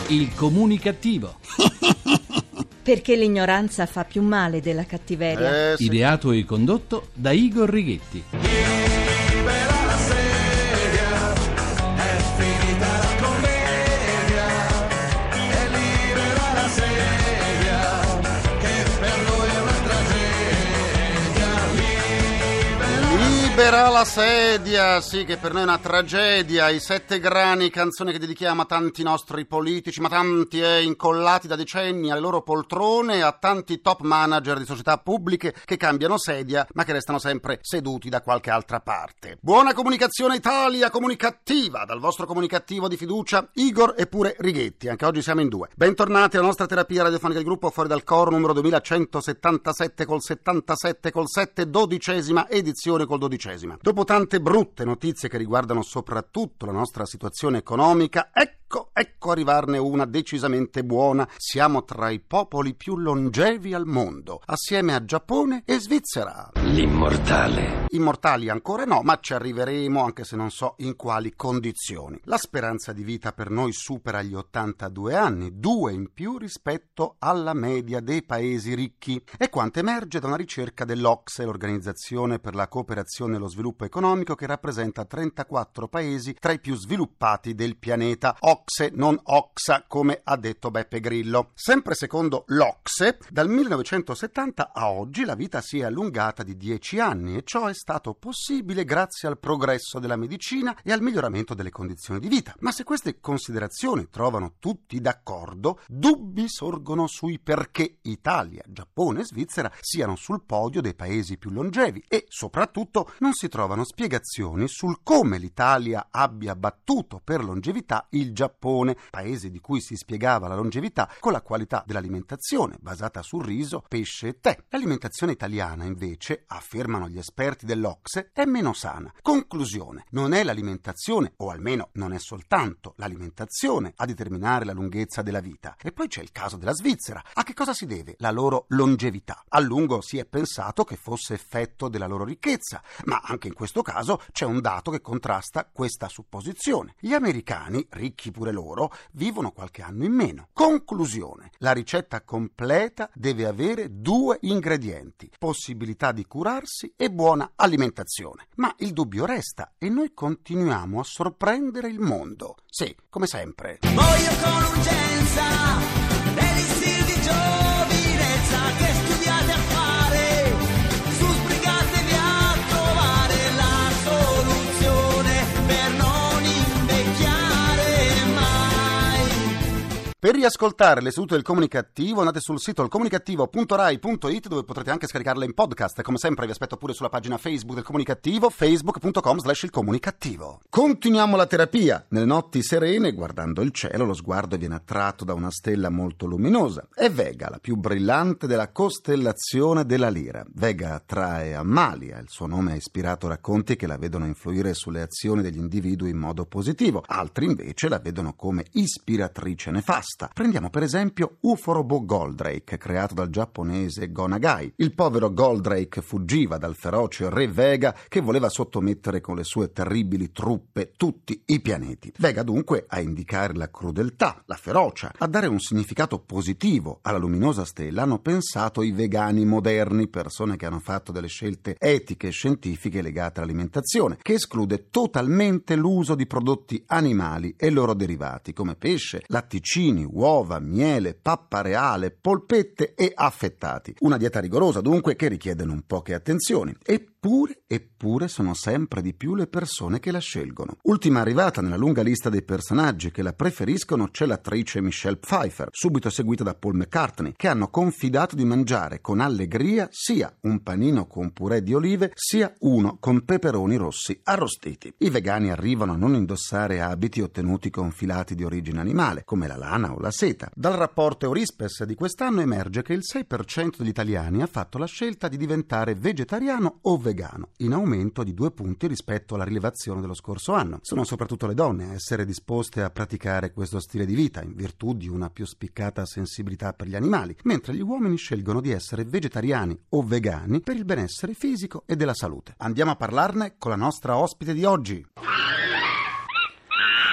Il Comunicativo. Perché l'ignoranza fa più male della cattiveria. Sì. Ideato e condotto da Igor Righetti. Libera la sedia, è finita la commedia, è libera la sedia, che per noi è una tragedia. Libera la sedia, sì, che per noi è una tragedia. I 7 grani, canzone che dedichiamo a tanti nostri politici, ma tanti incollati da decenni alle loro poltrone, a tanti top manager di società pubbliche che cambiano sedia ma che restano sempre seduti da qualche altra parte. Buona comunicazione Italia comunicativa, dal vostro comunicativo di fiducia Igor e pure Righetti. Anche oggi siamo in 2. Bentornati alla nostra terapia radiofonica del gruppo Fuori dal Coro, numero 2177 col 77 col 7, 12ª edizione col 12º. Dopo tante brutte notizie che riguardano soprattutto la nostra situazione economica, ecco arrivarne una decisamente buona. Siamo tra i popoli più longevi al mondo, assieme a Giappone e Svizzera. L'immortale. Immortali ancora no, ma ci arriveremo, anche se non so in quali condizioni. La speranza di vita per noi supera gli 82 anni, 2 in più rispetto alla media dei paesi ricchi. È quanto emerge da una ricerca dell'OCSE, l'Organizzazione per la Cooperazione e lo Sviluppo Economico, che rappresenta 34 paesi tra i più sviluppati del pianeta. OCSE, non OXA, come ha detto Beppe Grillo. Sempre secondo l'OCSE, dal 1970 a oggi la vita si è allungata di 10 anni e ciò è stato possibile grazie al progresso della medicina e al miglioramento delle condizioni di vita. Ma se queste considerazioni trovano tutti d'accordo, dubbi sorgono sui perché Italia, Giappone e Svizzera siano sul podio dei paesi più longevi e soprattutto non si trovano spiegazioni sul come l'Italia abbia battuto per longevità il Giappone, paese di cui si spiegava la longevità con la qualità dell'alimentazione basata su riso, pesce e tè. L'alimentazione italiana invece, affermano gli esperti dell'OCSE, è meno sana. Conclusione: non è l'alimentazione, o almeno non è soltanto l'alimentazione, a determinare la lunghezza della vita. E poi c'è il caso della Svizzera. A che cosa si deve la loro longevità? A lungo si è pensato che fosse effetto della loro ricchezza, ma anche in questo caso c'è un dato che contrasta questa supposizione. Gli americani, ricchi pure loro, vivono qualche anno in meno. Conclusione: la ricetta completa deve avere 2 ingredienti: possibilità di curarsi e buona alimentazione. Ma il dubbio resta e noi continuiamo a sorprendere il mondo. Sì, come sempre. Voglio con urgenza l'elisir di giovinezza che studiate a fare, su sbrigatevi a trovare la soluzione per non invecchiare mai. Per riascoltare le sedute del Comunicativo andate sul sito ilcomunicativo.rai.it, dove potrete anche scaricarle in podcast. Come sempre vi aspetto pure sulla pagina Facebook del Comunicativo, facebook.com/ilcomunicativo. Continuiamo la terapia. Nelle notti serene, guardando il cielo, lo sguardo viene attratto da una stella molto luminosa. È Vega, la più brillante della costellazione della Lira. Vega attrae Amalia, il suo nome ha ispirato racconti che la vedono influire sulle azioni degli individui in modo positivo, altri invece la vedono come ispiratrice nefasta. Prendiamo per esempio Uforobo Goldrake, creato dal giapponese Go Nagai. Il povero Goldrake fuggiva dal feroce re Vega, che voleva sottomettere con le sue terribili truppe tutti i pianeti. Vega dunque a indicare la crudeltà, la ferocia, a dare un significato positivo alla luminosa stella hanno pensato i vegani moderni, persone che hanno fatto delle scelte etiche e scientifiche legate all'alimentazione, che esclude totalmente l'uso di prodotti animali e loro derivati come pesce, latticini, uova, miele, pappa reale, polpette e affettati. Una dieta rigorosa dunque che richiede non poche attenzioni. Eppure sono sempre di più le persone che la scelgono. Ultima arrivata nella lunga lista dei personaggi che la preferiscono c'è l'attrice Michelle Pfeiffer, subito seguita da Paul McCartney, che hanno confidato di mangiare con allegria sia un panino con purè di olive sia uno con peperoni rossi arrostiti. I vegani arrivano a non indossare abiti ottenuti con filati di origine animale, come la lana o la seta. Dal rapporto Eurispes di quest'anno emerge che il 6% degli italiani ha fatto la scelta di diventare vegetariano o vegano, in aumento di 2 punti rispetto alla rilevazione dello scorso anno. Sono soprattutto le donne a essere disposte a praticare questo stile di vita in virtù di una più spiccata sensibilità per gli animali, mentre gli uomini scelgono di essere vegetariani o vegani per il benessere fisico e della salute. Andiamo a parlarne con la nostra ospite di oggi.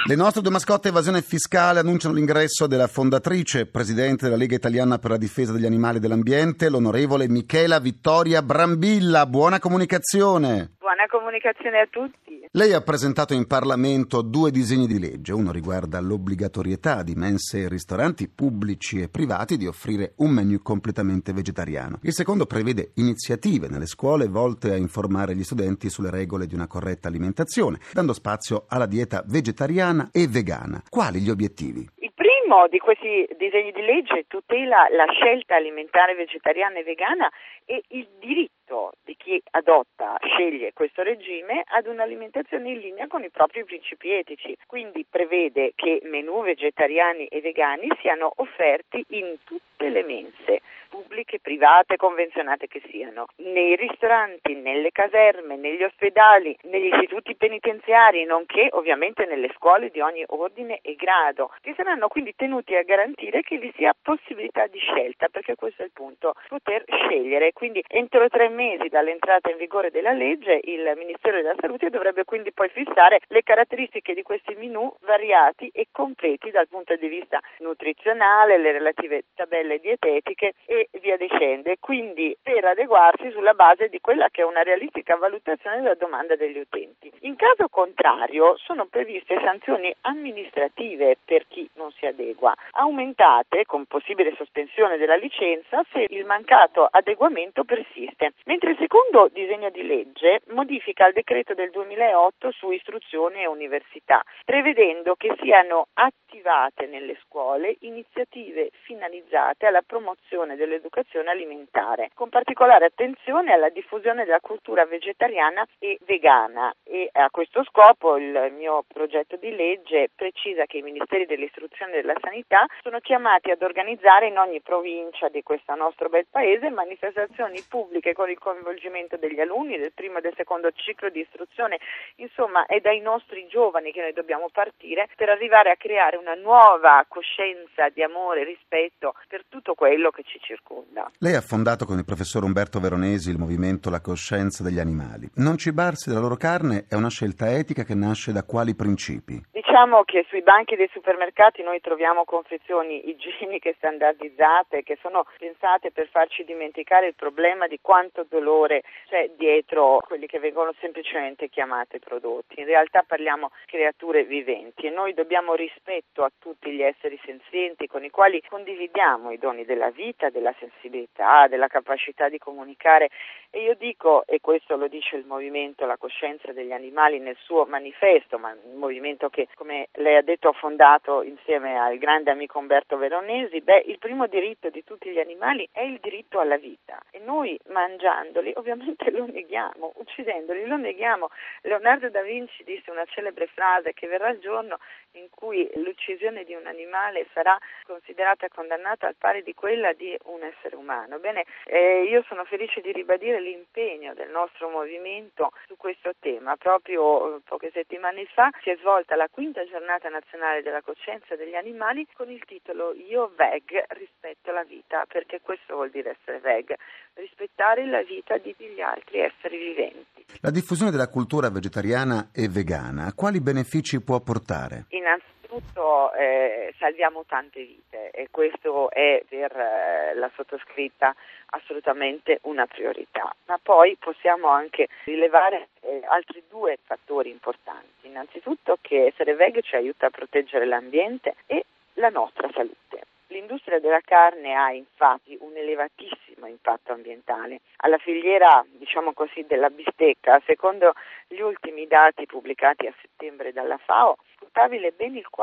Le nostre due mascotte Evasione Fiscale annunciano l'ingresso della fondatrice, presidente della Lega Italiana per la Difesa degli Animali e dell'Ambiente, l'onorevole Michela Vittoria Brambilla. Buona comunicazione. Buona comunicazione a tutti. Lei ha presentato in Parlamento 2 disegni di legge. Uno riguarda l'obbligatorietà di mense e ristoranti pubblici e privati di offrire un menù completamente vegetariano. Il secondo prevede iniziative nelle scuole volte a informare gli studenti sulle regole di una corretta alimentazione, dando spazio alla dieta vegetariana e vegana. Quali gli obiettivi? Il primo di questi disegni di legge tutela la scelta alimentare vegetariana e vegana e il diritto di chi sceglie questo regime ad un'alimentazione in linea con i propri principi etici. Quindi prevede che menù vegetariani e vegani siano offerti in tutte le mense, pubbliche, private, convenzionate che siano, nei ristoranti, nelle caserme, negli ospedali, negli istituti penitenziari, nonché ovviamente nelle scuole di ogni ordine e grado, che saranno quindi tenuti a garantire che vi sia possibilità di scelta, perché questo è il punto, poter scegliere. Quindi entro 3 mesi dall'entrata in vigore della legge il Ministero della Salute dovrebbe quindi poi fissare le caratteristiche di questi menù variati e completi dal punto di vista nutrizionale, le relative tabelle dietetiche e via dicendo, quindi per adeguarsi sulla base di quella che è una realistica valutazione della domanda degli utenti. In caso contrario sono previste sanzioni amministrative per chi non si adegua, aumentate con possibile sospensione della licenza se il mancato adeguamento persiste, mentre il secondo disegno di legge modifica il decreto del 2008 su istruzione e università, prevedendo che siano attivate nelle scuole iniziative finalizzate alla promozione dell'educazione alimentare, con particolare attenzione alla diffusione della cultura vegetariana e vegana, e a questo scopo il mio progetto di legge precisa che i Ministeri dell'Istruzione e della Sanità sono chiamati ad organizzare in ogni provincia di questo nostro bel paese manifestazioni pubbliche con il coinvolgimento degli alunni del primo e del secondo ciclo di istruzione. Insomma, è dai nostri giovani che noi dobbiamo partire per arrivare a creare una nuova coscienza di amore e rispetto per tutto quello che ci circonda. Lei ha fondato con il professor Umberto Veronesi il movimento La Coscienza degli Animali. Non cibarsi della loro carne è una scelta etica che nasce da quali principi? Diciamo che sui banchi dei supermercati noi troviamo confezioni igieniche standardizzate che sono pensate per farci dimenticare il problema di quanto dolore c'è dietro quelli che vengono semplicemente chiamati prodotti. In realtà parliamo di creature viventi e noi dobbiamo rispetto a tutti gli esseri senzienti con i quali condividiamo i doni della vita, della sensibilità, della capacità di comunicare. E io dico, e questo lo dice il movimento La Coscienza degli Animali nel suo manifesto, ma un movimento che, come lei ha detto, ho fondato insieme al grande amico Umberto Veronesi, il primo diritto di tutti gli animali è il diritto alla vita e noi mangiandoli ovviamente lo neghiamo, uccidendoli lo neghiamo. Leonardo da Vinci disse una celebre frase che verrà il giorno in cui l'uccisione di un animale sarà considerata condannata al pari di quella di un essere umano. Bene, io sono felice di ribadire l'impegno del nostro movimento su questo tema. Proprio poche settimane fa si è svolta la 5ª giornata nazionale della coscienza degli animali con il titolo Io Veg rispetto la vita, perché questo vuol dire essere veg, rispettare la vita di gli altri esseri viventi. La diffusione della cultura vegetariana e vegana, quali benefici può portare? Innanzitutto salviamo tante vite e questo è per la sottoscritta assolutamente una priorità, ma poi possiamo anche rilevare altri 2 fattori importanti. Innanzitutto che essere veg ci aiuta a proteggere l'ambiente e la nostra salute. L'industria della carne ha infatti un elevatissimo impatto ambientale. Alla filiera, diciamo così, della bistecca, secondo gli ultimi dati pubblicati a settembre dalla FAO, stabile ben il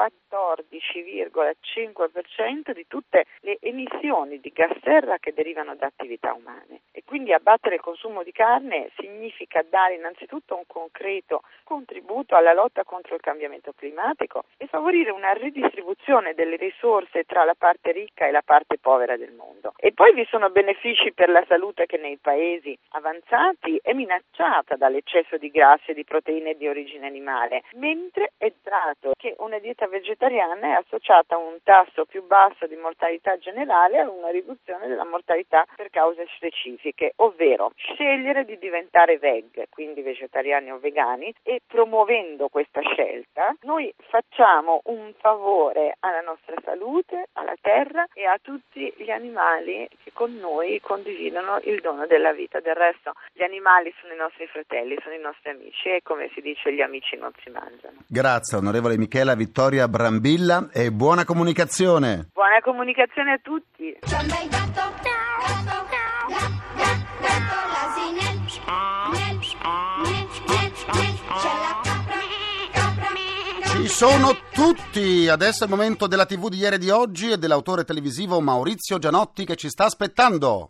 14,5% di tutte le emissioni di gas serra che derivano da attività umane. E quindi abbattere il consumo di carne significa dare innanzitutto un concreto contributo alla lotta contro il cambiamento climatico e favorire una ridistribuzione delle risorse tra la parte ricca e la parte povera del mondo. E poi vi sono benefici per la salute che nei paesi avanzati è minacciata dall'eccesso di grassi e di proteine di origine animale, mentre è fatto che una dieta vegetariana è associata a un tasso più basso di mortalità generale e a una riduzione della mortalità per cause specifiche, ovvero scegliere di diventare veg, quindi vegetariani o vegani, e promuovendo questa scelta noi facciamo un favore alla nostra salute, alla terra e a tutti gli animali che con noi condividono il dono della vita. Del resto gli animali sono i nostri fratelli, sono i nostri amici e, come si dice, gli amici non si mangiano. Grazie onorevole Michela Vittoria Brambilla e buona comunicazione. Buona comunicazione a tutti. Ci sono tutti! Adesso è il momento della TV di ieri e di oggi e dell'autore televisivo Maurizio Gianotti che ci sta aspettando.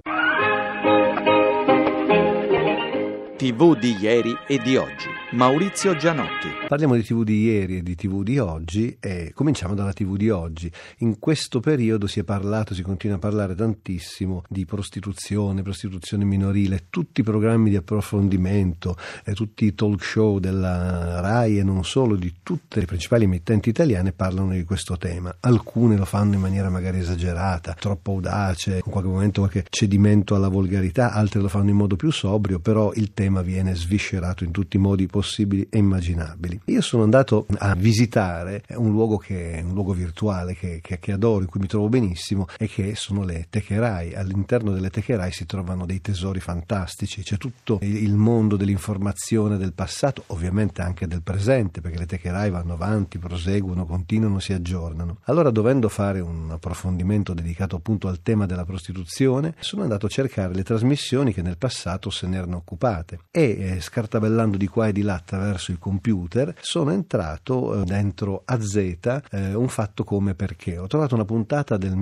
TV di ieri e di oggi. Maurizio Gianotti. Parliamo di TV di ieri e di TV di oggi e cominciamo dalla TV di oggi. In questo periodo si continua a parlare tantissimo di prostituzione minorile, tutti i programmi di approfondimento, tutti i talk show della RAI e non solo, di tutte le principali emittenti italiane parlano di questo tema. Alcune lo fanno in maniera magari esagerata, troppo audace, in qualche momento qualche cedimento alla volgarità, altre lo fanno in modo più sobrio, però il tema viene sviscerato in tutti i modi possibili e immaginabili. Io sono andato a visitare un luogo virtuale che adoro, in cui mi trovo benissimo, e che sono le teche RAI. All'interno delle teche RAI si trovano dei tesori fantastici, c'è tutto il mondo dell'informazione del passato, ovviamente anche del presente, perché le teche RAI vanno avanti, proseguono, continuano, si aggiornano. Allora, dovendo fare un approfondimento dedicato appunto al tema della prostituzione, sono andato a cercare le trasmissioni che nel passato se ne erano occupate e scartabellando di qua e di là attraverso il computer sono entrato dentro AZ Un fatto come perché. Ho trovato una puntata del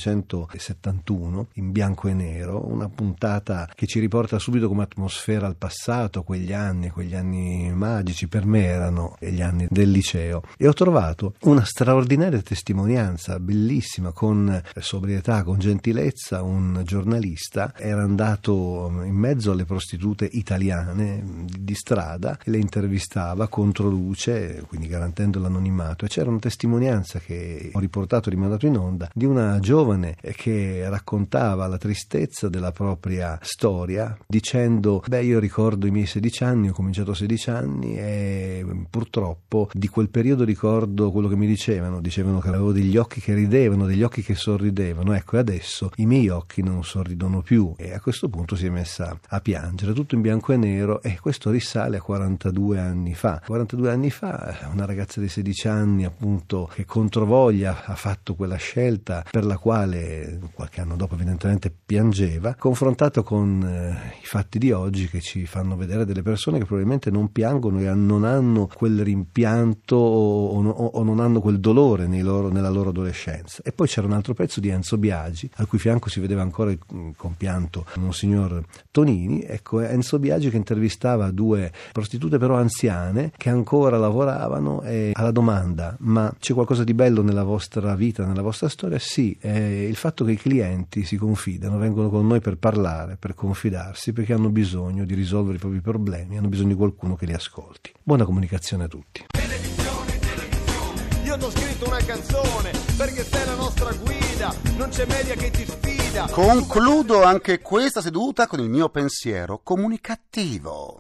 1971 in bianco e nero, una puntata che ci riporta subito come atmosfera al passato, quegli anni magici, per me erano gli anni del liceo, e ho trovato una straordinaria testimonianza, bellissima, con sobrietà, con gentilezza. Un giornalista era andato in mezzo alle prostitute italiane di strada, le intervistava contro luce, quindi garantendo l'anonimato, e c'era una testimonianza che ho riportato e rimandato in onda di una giovane che raccontava la tristezza della propria storia dicendo: io ricordo i miei 16 anni, ho cominciato a 16 anni e purtroppo di quel periodo ricordo quello che mi dicevano che avevo degli occhi che ridevano, degli occhi che sorridevano, ecco, e adesso i miei occhi non sorridono più. E a questo punto si è messa a piangere, tutto in bianco e nero, e questo risale a 42 anni fa. 42 anni fa una ragazza di 16 anni, appunto, che controvoglia ha fatto quella scelta per la quale qualche anno dopo evidentemente piangeva, confrontato con i fatti di oggi che ci fanno vedere delle persone che probabilmente non piangono e non hanno quel rimpianto o non hanno quel dolore nella loro adolescenza. E poi c'era un altro pezzo di Enzo Biagi, al cui fianco si vedeva ancora il compianto Monsignor Tonini. Ecco, Enzo Biagi che intervistava due prostitute però anziane che ancora lavoravano, e alla domanda: ma c'è qualcosa di bello nella vostra vita, nella vostra storia? Sì, il fatto che i clienti si confidano, vengono con noi per parlare, per confidarsi, perché hanno bisogno di risolvere i propri problemi, hanno bisogno di qualcuno che li ascolti. Buona comunicazione a tutti. Televisione, io ti ho scritto una canzone perché sei la nostra guida, non c'è media che ti sfida. Concludo anche questa seduta con il mio pensiero comunicativo.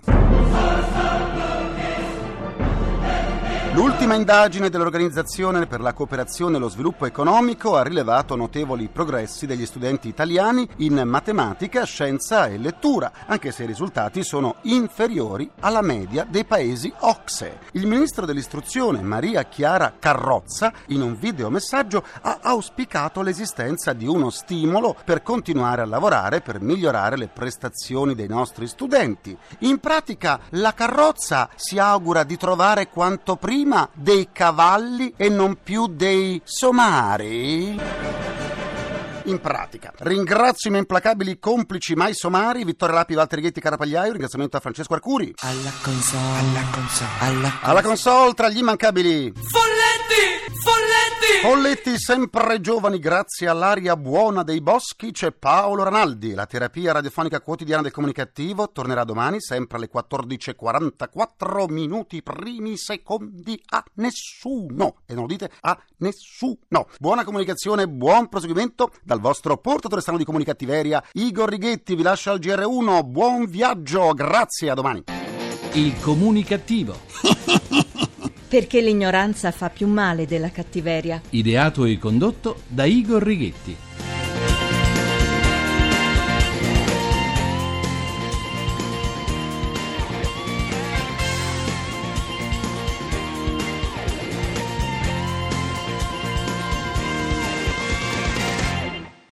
L'ultima indagine dell'Organizzazione per la Cooperazione e lo Sviluppo Economico ha rilevato notevoli progressi degli studenti italiani in matematica, scienza e lettura, anche se i risultati sono inferiori alla media dei paesi OCSE. Il ministro dell'istruzione, Maria Chiara Carrozza, in un videomessaggio ha auspicato l'esistenza di uno stimolo per continuare a lavorare per migliorare le prestazioni dei nostri studenti. In pratica, la Carrozza si augura di trovare quanto prima dei cavalli e non più dei somari. In pratica, ringrazio i miei implacabili complici mai somari, Vittorio Lapi, Walter Ghetti, Carapagliaio. Ringraziamento a Francesco Arcuri. Alla console, tra gli immancabili Folletti! Polletti sempre giovani grazie all'aria buona dei boschi. C'è Paolo Ranaldi. La terapia radiofonica quotidiana del comunicativo tornerà domani sempre alle 14:44 minuti primi secondi a nessuno. E non lo dite a nessuno. Buona comunicazione, buon proseguimento dal vostro portatore strano di comunicattiveria Igor Righetti. Vi lascia al GR1. Buon viaggio, grazie, a domani. Il comunicativo. Perché l'ignoranza fa più male della cattiveria. Ideato e condotto da Igor Righetti.